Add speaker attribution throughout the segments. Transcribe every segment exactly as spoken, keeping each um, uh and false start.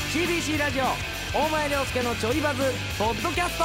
Speaker 1: シービーシー ラジオ大前涼介のちょいバズポッドキャスト。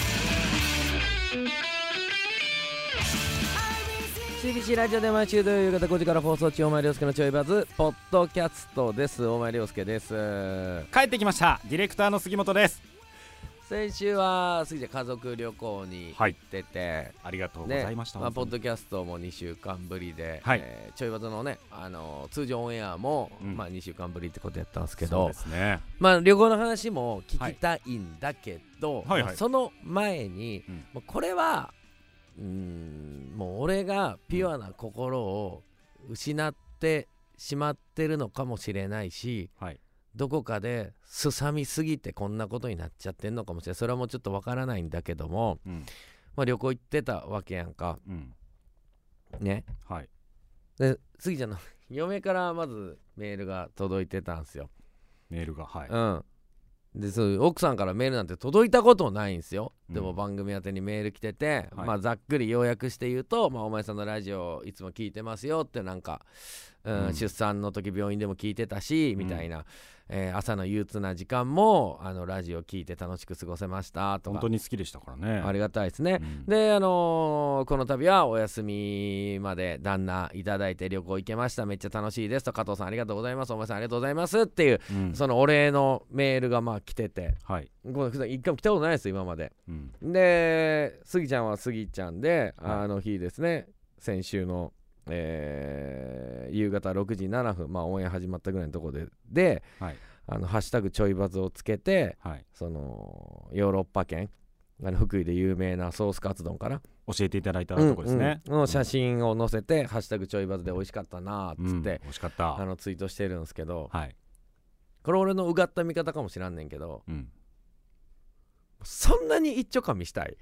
Speaker 1: シービーシー ラジオで毎週土曜夕方ごじから放送中、大前涼介のちょいバズポッドキャストです。大前涼介です。
Speaker 2: 帰ってきました。ディレクターの杉本です。
Speaker 1: 先週は杉ちゃん家族旅行に行ってて、はい、
Speaker 2: ありがとうございました、
Speaker 1: ね。まあ、ポッドキャストもにしゅうかんぶりで、
Speaker 2: はい、
Speaker 1: えー、ちょいバズのね、あのー、通常オンエアも、うんまあ、にしゅうかんぶりってことやったんですけど、
Speaker 2: そうですね。
Speaker 1: まあ、旅行の話も聞きたいんだけど、
Speaker 2: はいはいはい、
Speaker 1: まあ、その前に、うん、もうこれはうーんもう俺がピュアな心を失ってしまってるのかもしれないし、はい、どこかですさみすぎてこんなことになっちゃってんのかもしれない。それはもうちょっとわからないんだけども、うんまあ、旅行行ってたわけやんか、うん、ね、はい、で杉ちゃんの嫁からまずメールが届いてたんですよ。
Speaker 2: メールが、はい、
Speaker 1: うんでそう奥さんからメールなんて届いたことないんですよ、うん、でも番組宛てにメール来てて、はい、まあざっくり要約して言うと、まあ、お前さんのラジオいつも聞いてますよってなんか、うんうん、出産の時病院でも聞いてたし、うん、みたいな、えー、朝の憂鬱な時間もあのラジオ聞いて楽しく過ごせましたとか。
Speaker 2: 本当に好きでしたからね。
Speaker 1: ありがたいですね、うん、であのー、この度はお休みまで旦那いただいて旅行行けました、めっちゃ楽しいですと、加藤さんありがとうございます、お前さんありがとうございますっていう、うん、そのお礼のメールがまあ来てて、はい、ごめん一回も来たことないです今まで、うん、でスギちゃんはスギちゃんで、はい、あの日ですね、先週のえー、夕方ろくじななふん、まあオンエア始まったぐらいのところでで、はい、あのハッシュタグちょいバズをつけて、はい、そのヨーロッパ圏あの福井で有名なソースカツ丼かな
Speaker 2: 教えていただいたとこですね、
Speaker 1: うんうん、の写真を載せて、うん、ハッシュタグちょいバズで美味しかったなっつって、うん、美
Speaker 2: 味しかった
Speaker 1: あのツイートしてるんですけど、
Speaker 2: はい、
Speaker 1: これ俺のうがった見方かもしらんねんけど、うん、そんなに一丁かみしたい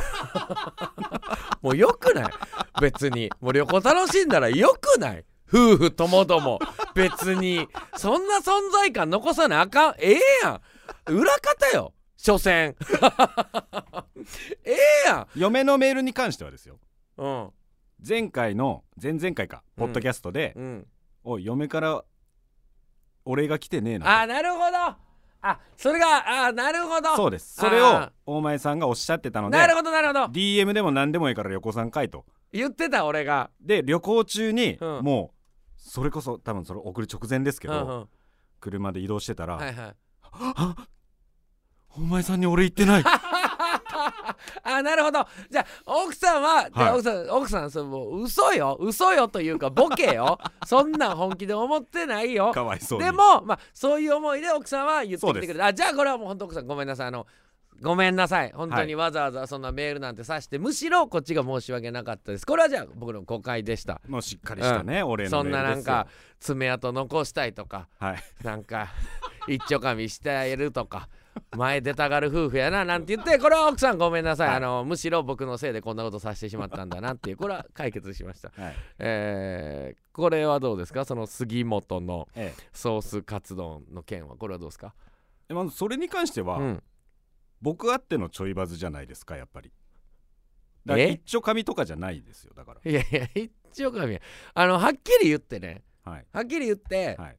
Speaker 1: もうよくない別にもう旅行楽しんだらよくない、夫婦ともども別にそんな存在感残さなあかん、ええやん、裏方よ所詮ええやん。
Speaker 2: 嫁のメールに関してはですよ、
Speaker 1: うん、
Speaker 2: 前回の前々回かポッドキャストで、うんうん、おい嫁からお礼が来てねえな、
Speaker 1: あ、なるほど、あ、それが、あ、なるほど、
Speaker 2: そうです、それを大前さんがおっしゃってたので、
Speaker 1: なるほどなるほど、
Speaker 2: ディーエム でも何でもいいから旅行さんかいと
Speaker 1: 言ってた俺が。
Speaker 2: で旅行中に、うん、もうそれこそ多分それ送る直前ですけど、うんうん、車で移動してたら、はいはい、あ、お前さんに俺言ってない
Speaker 1: あ、なるほど、じゃあ奥さんは、はい、奥さん、奥さんそれもう嘘よ嘘よというかボケよそんなん本気で思ってないよ、
Speaker 2: かわいそうに。
Speaker 1: でも、まあ、そういう思いで奥さんは言ってきてくれた。あ、じゃあこれはもう本当奥さんごめんなさい、あのごめんなさい本当にわざわざそんなメールなんてさして、はい、むしろこっちが申し訳なかったです。これはじゃあ僕の誤解でした。
Speaker 2: もうしっかりしたね、うん、お礼のメールですよ。
Speaker 1: そんななんか爪痕残したいとか、はい、なんか一丁かみしてあげるとか前出たがる夫婦やななんて言って、これは奥さんごめんなさい、はい、あのむしろ僕のせいでこんなことさせてしまったんだなっていう、これは解決しました、はい、えー、これはどうですか、その杉本のソースカツ丼の件はこれはどうですか。
Speaker 2: え、まずそれに関しては、うん、僕あってのちょいバズじゃないですか、やっぱり。だから一丁紙とかじゃないですよ。だから
Speaker 1: いやいや一丁紙、あのはっきり言ってね、はい、はっきり言って、はい、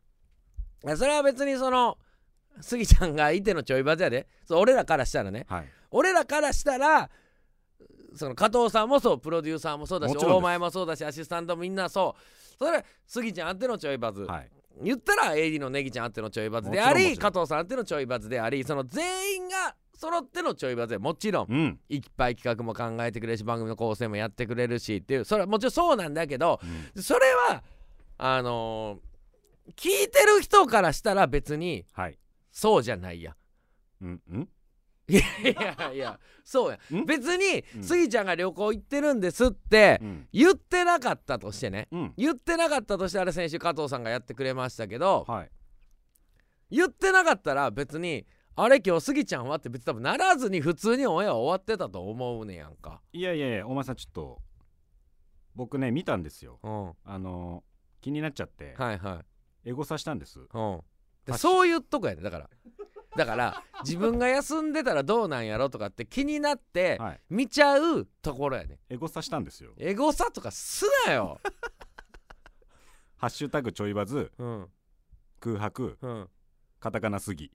Speaker 1: それは別にそのスギちゃんがいてのちょいバズやで、そう俺らからしたらね、はい、俺らからしたらその加藤さんもそう、プロデューサーもそうだし、大前もそうだし、アシスタントもみんなそう、それスギちゃんあってのちょいバズ、はい、言ったら エーディー のネギちゃんあってのちょいバズであり、加藤さんあってのちょいバズであり、その全員が揃ってのちょいバズでもちろん、うん、いっぱい企画も考えてくれるし、番組の構成もやってくれるしっていう、それはもちろんそうなんだけど、うん、それはあのー、聞いてる人からしたら別に、はい、そうじゃないや、
Speaker 2: うんうん、
Speaker 1: いやいやいやそうや、別にスギちゃんが旅行行ってるんですって言ってなかったとしてね、うん、言ってなかったとして、あれ先週加藤さんがやってくれましたけど、はい、言ってなかったら別にあれ今日スギちゃんはって別に多分ならずに普通にオンエア終わってたと思うねやんか。
Speaker 2: いやいやいや、お前さんちょっと僕ね見たんですよ、うん、あの気になっちゃって、はいはい、エゴサしたんです、
Speaker 1: うん、でそういうとこやね。だからだから自分が休んでたらどうなんやろとかって気になって見ちゃうところやね。
Speaker 2: エゴサしたんですよ。
Speaker 1: エゴサとかすなよ
Speaker 2: ハッシュタグちょいバズ、うん、空白、うん、 カタカナ杉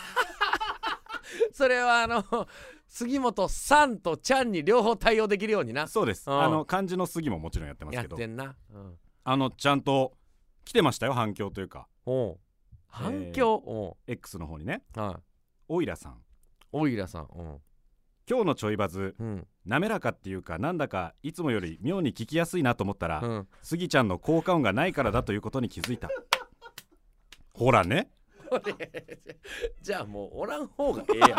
Speaker 1: それはあの杉本さんとちゃんに両方対応できるようにな。
Speaker 2: そうです、うん、あの漢字の杉ももちろんやってますけど
Speaker 1: やってんな、うん、
Speaker 2: あのちゃんと来てましたよ、反響というか。
Speaker 1: おう反響、えー、
Speaker 2: お X の方にね、
Speaker 1: はい、
Speaker 2: オイラさん
Speaker 1: オイラさん、うん、
Speaker 2: 今日のちょいバズ、うん、滑らかっていうかなんだかいつもより妙に聞きやすいなと思ったら、うん、スギちゃんの効果音がないからだということに気づいたほらね
Speaker 1: じゃあもうおらん方がええやん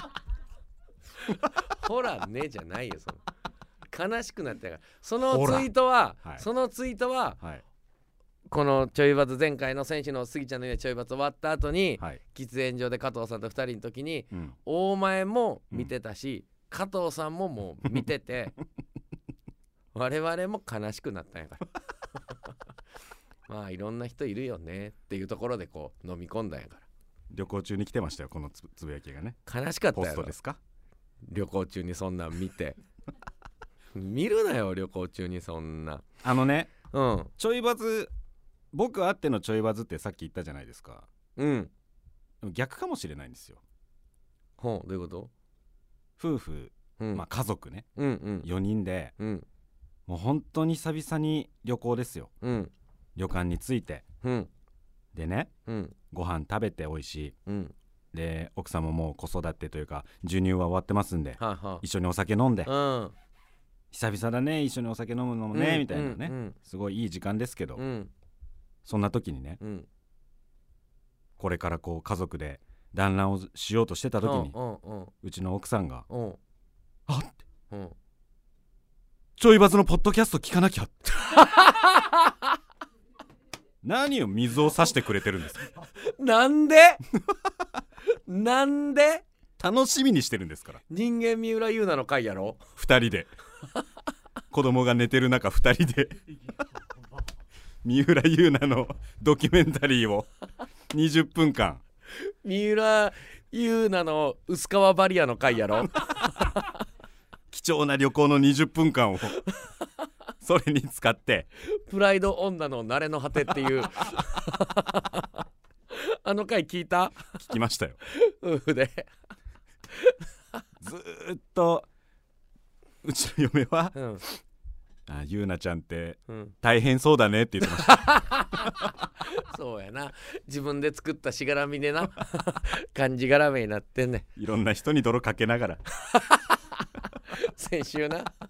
Speaker 1: ほらねじゃないよ、その悲しくなったから。そのツイートは、はい、そのツイートは、はい、このちょいバズ前回の選手のスギちゃんの家ちょいバズ終わった後に、はい、喫煙所で加藤さんとふたりの時に、うん、大前も見てたし、うん、加藤さんももう見てて我々も悲しくなったんやからまあいろんな人いるよねっていうところでこう飲み込んだんやから。
Speaker 2: 旅行中に来てましたよ、この つ, つぶやきがね。
Speaker 1: 悲しかったやろ。
Speaker 2: ポストですか。
Speaker 1: 旅行中にそんなん見て見るなよ旅行中にそんな。
Speaker 2: あのね、
Speaker 1: うん、
Speaker 2: ちょいバズ僕あってのちょいバズってさっき言ったじゃないですか。
Speaker 1: うん。
Speaker 2: でも逆かもしれないんですよ。
Speaker 1: ほう、どういうこと。
Speaker 2: 夫婦、うん、まあ家族ね、
Speaker 1: うんうん、
Speaker 2: よにんで、うん、もう本当に久々に旅行ですよ、
Speaker 1: うん、
Speaker 2: 旅館に着いて、
Speaker 1: うん、
Speaker 2: でね、
Speaker 1: うん、
Speaker 2: ご飯食べて美味しい、
Speaker 1: うん、
Speaker 2: で奥さんももう子育てというか授乳は終わってますんで、
Speaker 1: はあはあ、
Speaker 2: 一緒にお酒飲んで、
Speaker 1: うん、
Speaker 2: 久々だね一緒にお酒飲むのもね、
Speaker 1: うん、
Speaker 2: みたいなね、うん、すごいいい時間ですけど、
Speaker 1: うん、
Speaker 2: そんな時にね、
Speaker 1: うん、
Speaker 2: これからこう家族で団らんをしようとしてた時に、
Speaker 1: うんうんうん、
Speaker 2: うちの奥さんが、
Speaker 1: うん、
Speaker 2: あって、
Speaker 1: うん、
Speaker 2: ちょいバズのポッドキャスト聞かなきゃって何を水を差してくれてるんですか
Speaker 1: なんでなんで
Speaker 2: 楽しみにしてるんですから。
Speaker 1: 人間三浦優奈の回やろ、
Speaker 2: ふたりで子供が寝てる中ふたりで三浦優奈のドキュメンタリーをにじゅっぷんかん、
Speaker 1: 三浦優奈の薄皮バリアの回やろ
Speaker 2: 貴重な旅行のにじゅっぷんかんをそれに使って
Speaker 1: プライド女の慣れの果てっていうあの回聞いた？
Speaker 2: 聞きましたよ
Speaker 1: 夫婦で
Speaker 2: ずーっとうちの嫁は、
Speaker 1: うん、
Speaker 2: あ、ゆうなちゃんって大変そうだねって言ってました
Speaker 1: そうやな、自分で作ったしがらみでな漢字がらめになってんね。
Speaker 2: いろんな人に泥かけながら
Speaker 1: 先週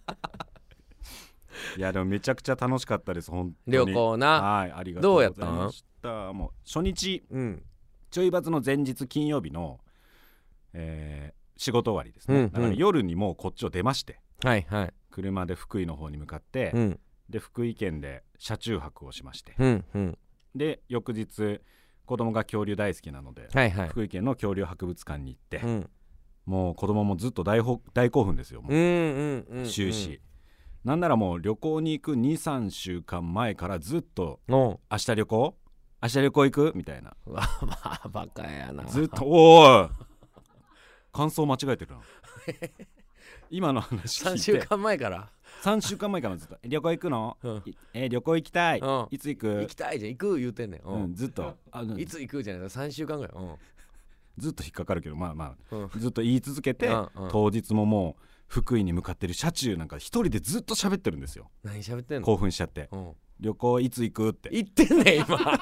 Speaker 1: ない
Speaker 2: やでもめちゃくちゃ楽しかったです本当に。
Speaker 1: 旅行な、
Speaker 2: はい、ありがとうございました。
Speaker 1: どうやったん？
Speaker 2: もう初日、
Speaker 1: うん、
Speaker 2: ちょいバズの前日金曜日の、えー、仕事終わりですね、
Speaker 1: うんうん、
Speaker 2: だから夜にもうこっちを出まして、
Speaker 1: はいはい、
Speaker 2: 車で福井の方に向かって、
Speaker 1: うん、
Speaker 2: で福井県で車中泊をしまして、
Speaker 1: うんうん、
Speaker 2: で翌日子供が恐竜大好きなので、
Speaker 1: はいはい、
Speaker 2: 福井県の恐竜博物館に行って、
Speaker 1: うん、
Speaker 2: もう子供もずっと 大, 大興奮ですよ、もう、
Speaker 1: うんうんうんうん、
Speaker 2: 終始なんならもう旅行に行く にさんしゅうかんまえからずっと明日旅行明日旅行行くみたいな
Speaker 1: まあバカやな、
Speaker 2: ずっとおい感想間違えてるな今の話聞いて
Speaker 1: さんしゅうかんまえから
Speaker 2: さんしゅうかんまえからずっと旅行行くの、うん、え旅行行きたい、うん、いつ行く
Speaker 1: 行きたいじゃん、行く言うてんねん、うん
Speaker 2: うん、ずっと
Speaker 1: あのいつ行くじゃない、さんしゅうかんぐらい、うん、
Speaker 2: ずっと引っかかるけどまあまあ、
Speaker 1: うん、
Speaker 2: ずっと言い続けて、うんうん、当日ももう福井に向かってる車中なんか一人でずっと喋ってるんですよ。
Speaker 1: 何喋ってんの？
Speaker 2: 興奮しちゃって、うん、旅行いつ行くって
Speaker 1: 言ってんねん今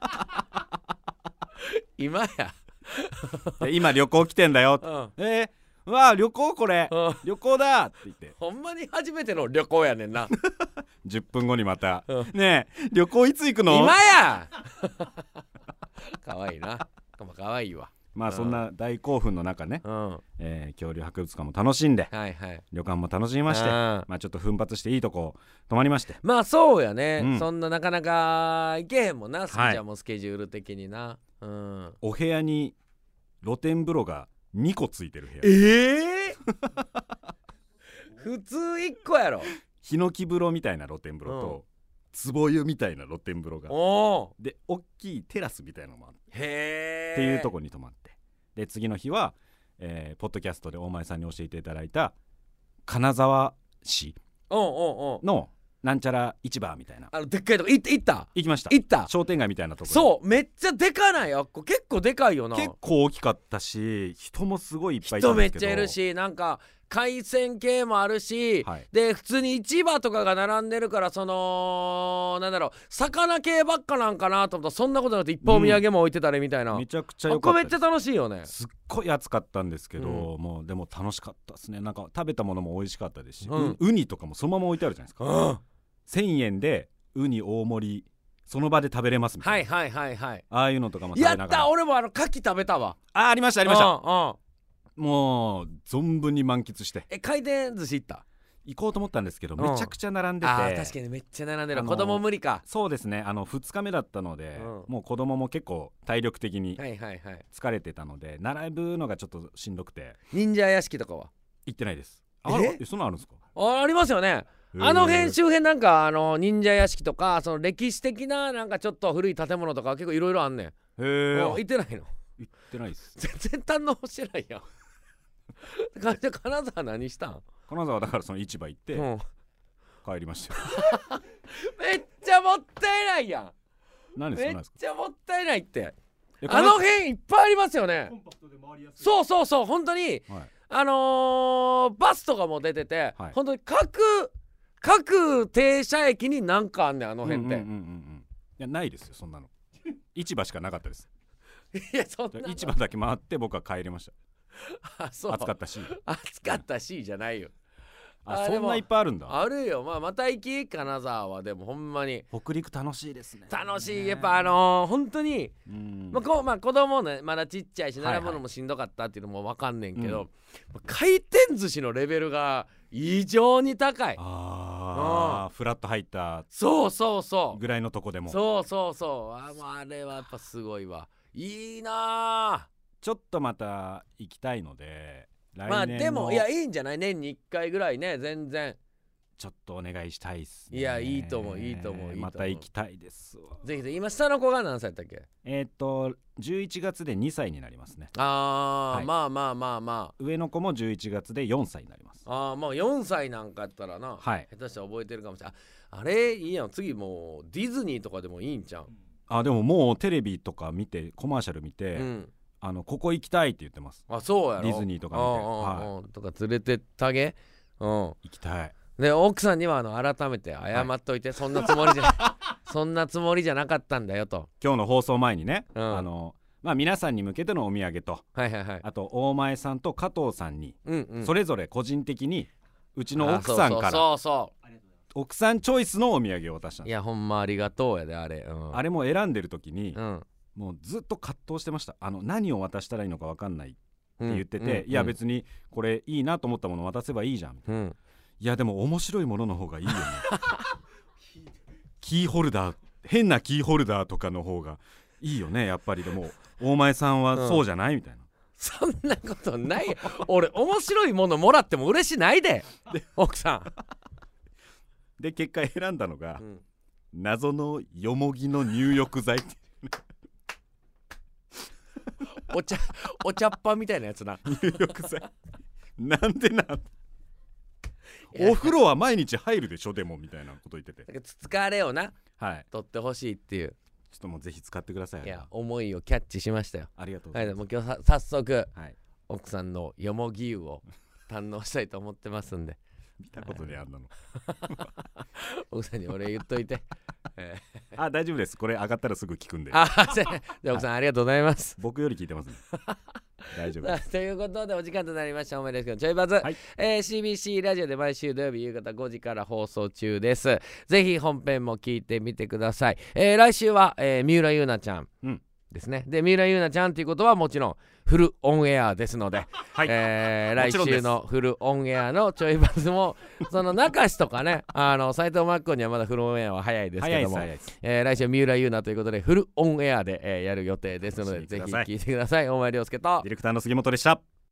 Speaker 1: 今や
Speaker 2: 今旅行来てんだよ、うん、えー、わあ旅行これ、うん、旅行だって言って
Speaker 1: ほんまに初めての旅行やねんな
Speaker 2: じゅっぷんごにまた、うん、ねえ旅行いつ行くの
Speaker 1: 今やかわいいな、かわいいわ。
Speaker 2: まあそんな大興奮の中ね、
Speaker 1: うん
Speaker 2: えー、恐竜博物館も楽しんで、
Speaker 1: はいはい、
Speaker 2: 旅館も楽しみまして、まあちょっと奮発していいとこ泊まりまして、
Speaker 1: まあそうやね、うん、そんななかなか行けへんもんな、スキちゃんもスケジュール的にな、はい、うん、
Speaker 2: お部屋に露天風呂がにこついてる部屋。
Speaker 1: えー、普通いっこやろ。
Speaker 2: ヒノキ風呂みたいな露天風呂と、うん、壺湯みたいな露天風呂が
Speaker 1: お
Speaker 2: で大きいテラスみたいなのもあって
Speaker 1: へ
Speaker 2: っていうとこに泊まって、で次の日は、えー、ポッドキャストで大前さんに教えていただいた金沢市のなんちゃら市場みたいな、
Speaker 1: あのでっかいとこ行った行った
Speaker 2: 行きました。
Speaker 1: 行った。
Speaker 2: 商店街みたいなところ。
Speaker 1: そうめっちゃでかないよ。結構でかいよな。
Speaker 2: 結構大きかったし、人もすごいいっぱいいたんですけど、
Speaker 1: 人めっちゃいるし、なんか海鮮系もあるし、
Speaker 2: はい、
Speaker 1: で普通に市場とかが並んでるから、そのなんだろう、魚系ばっかなんかなと思ったら、そんなことなくていっぱいお土産も置いてたりみたいな、
Speaker 2: うん、めちゃくちゃ良かったです。
Speaker 1: ここめっちゃ楽しいよね。
Speaker 2: すっごい暑かったんですけど、
Speaker 1: うん、
Speaker 2: もうでも楽しかったですね。なんか食べたものも美味しかったですし、
Speaker 1: うん、
Speaker 2: うウニとかもそのまま置いてあるじゃないですか、うん、せんえんでウニ大盛りその場で食べれますみたいな、
Speaker 1: はいはいはいはい、
Speaker 2: ああいうのとかも食べながら。
Speaker 1: やった。俺もあの牡蠣食べたわ。
Speaker 2: あありましたありました。
Speaker 1: うんうん、
Speaker 2: もう存分に満喫して。
Speaker 1: え回転寿司行った？
Speaker 2: 行こうと思ったんですけど、
Speaker 1: うん、
Speaker 2: めちゃくちゃ並んでて。
Speaker 1: あ確かにめっちゃ並んでる。子供無理か。
Speaker 2: そうですね、あのふつかめだったので、うん、もう子供も結構体力的に疲れてたので、はいはいはい、並ぶのがちょっとしんどくて。
Speaker 1: 忍者屋敷とかは
Speaker 2: 行ってないです。あえそんなのあるんですか？
Speaker 1: あ, ありますよね。あの辺周辺なんかあの忍者屋敷とか、その歴史的ななんかちょっと古い建物とか結構いろいろあんねん。へ
Speaker 2: え。
Speaker 1: 行ってないの？
Speaker 2: 行ってないっす。
Speaker 1: 全然堪能してないやん。じゃ金沢何したん？
Speaker 2: 金沢だからその市場行って、うん、帰りました。
Speaker 1: めっちゃもったいないやん。
Speaker 2: 何ですか？
Speaker 1: めっちゃもったいないって。あの辺いっぱいありますよね。コンパクトで回りやすい。そうそうそう、本当に、はい、あのー、バスとかも出てて、はい、本当に各各停車駅に何かあんねん、あの辺って。うんうんうんうん、
Speaker 2: いやないですよそんなの。市場しかなかったです。
Speaker 1: いやそんな
Speaker 2: 市場だけ回って僕は帰りました。
Speaker 1: あそう
Speaker 2: 暑かったし。
Speaker 1: 暑かったしじゃないよ。
Speaker 2: あそんないっぱいあるんだ。
Speaker 1: あるよ。まあまた行き金沢は。でもほんまに
Speaker 2: 北陸楽しいですね。
Speaker 1: 楽しい。やっぱあのー、本当に、まあこまあ、子供ねまだちっちゃいし並ぶのもしんどかったっていうのも分かんねんけど、はいはい、回転寿司のレベルが異常に高い。
Speaker 2: ああ、フラッと入った
Speaker 1: そうそうそう
Speaker 2: ぐらいのとこでも。
Speaker 1: そうそうそう。 あ, あれはやっぱすごいわ。いいな。
Speaker 2: ちょっとまた行きたいので、来年
Speaker 1: まあでもいやいいんじゃない？年にいっかいぐらいね。全然
Speaker 2: ちょっとお願いしたいっすね。
Speaker 1: いやいいと思ういいと思う。
Speaker 2: また行きたいですわ。
Speaker 1: ぜひぜひ。今下の子が何歳だったっけ？
Speaker 2: えー、っとじゅういちがつでにさいになりますね。
Speaker 1: あー、はい、まあまあまあまあ
Speaker 2: 上の子もじゅういちがつでよんさいになります。
Speaker 1: あーまあよんさいなんかやったらな、はい、下手したら覚えてるかもしれない。 あ, あれいいやん。次もうディズニーとかでもいいんちゃう？
Speaker 2: あでももうテレビとか見てコマーシャル見て、うん、あのここ行きたいって言ってます。
Speaker 1: あそうやろ。
Speaker 2: ディズニーとか見て、
Speaker 1: はい、とか連れてってあげ、うん、行
Speaker 2: きたい。
Speaker 1: で奥さんにはあの改めて謝っといて、はい、そんなつもりじゃそんなつもりじゃなかったんだよと。
Speaker 2: 今日の放送前にね、うん、あのまあ、皆さんに向けてのお土産と、
Speaker 1: はいはいはい、
Speaker 2: あと大前さんと加藤さんに、うんうん、それぞれ個人的にうちの奥さんから
Speaker 1: そうそう
Speaker 2: 奥さんチョイスのお土産を渡したんです。
Speaker 1: いやほんまありがとうやであれ、うん、
Speaker 2: あれも選んでる時に、
Speaker 1: うん、
Speaker 2: もうずっと葛藤してました。あの何を渡したらいいのか分かんないって言ってて、うんうんうん、いや別にこれいいなと思ったもの渡せばいいじゃんみたいな、うん、いやでも面白いものの方がいいよねキーホルダー、変なキーホルダーとかの方がいいよねやっぱり。でも大前さんはそうじゃない、うん、みたいな。
Speaker 1: そんなことないよ俺面白いものもらっても嬉しないで奥さん
Speaker 2: で結果選んだのが、うん、謎のよもぎの入浴剤
Speaker 1: お茶お茶っ葉みたいなやつな。
Speaker 2: 入浴剤なんでなんお風呂は毎日入るでしょでもみたいなこと言ってて、
Speaker 1: 疲れをな、
Speaker 2: はい、
Speaker 1: 取ってほしいっていう。
Speaker 2: ちょっともうぜひ使ってください。
Speaker 1: いや思いをキャッチしましたよ。
Speaker 2: ありがとうございます。
Speaker 1: はい、もう今日早速、はい、奥さんのよもぎ湯を堪能したいと思ってますんで
Speaker 2: 見たことであんなの
Speaker 1: 奥さんに俺言っといてえ
Speaker 2: ー、あ大丈夫です。これ上がったらすぐ聞くんで。
Speaker 1: あじゃあ奥さんありがとうございます。
Speaker 2: 僕より聞いてますね大丈夫です
Speaker 1: ということでお時間となりました。おめでとうちょいバズ、はい、えー、シービーシー ラジオで毎週土曜日夕方ごじから放送中です。ぜひ本編も聞いてみてください。えー、来週は、えー、三浦優奈ちゃんですね、うん、で三浦優奈ちゃんということはもちろんフルオンエアですので、はい、えー、来週のフルオンエアのちょいバズもその中志とかねあの斉藤真紀子にはまだフルオンエアは早いですけども、えー、来週は三浦優奈ということでフルオンエアで、えー、やる予定ですのでぜひ聞いてください。大前涼介と
Speaker 2: ディレクターの杉本でした。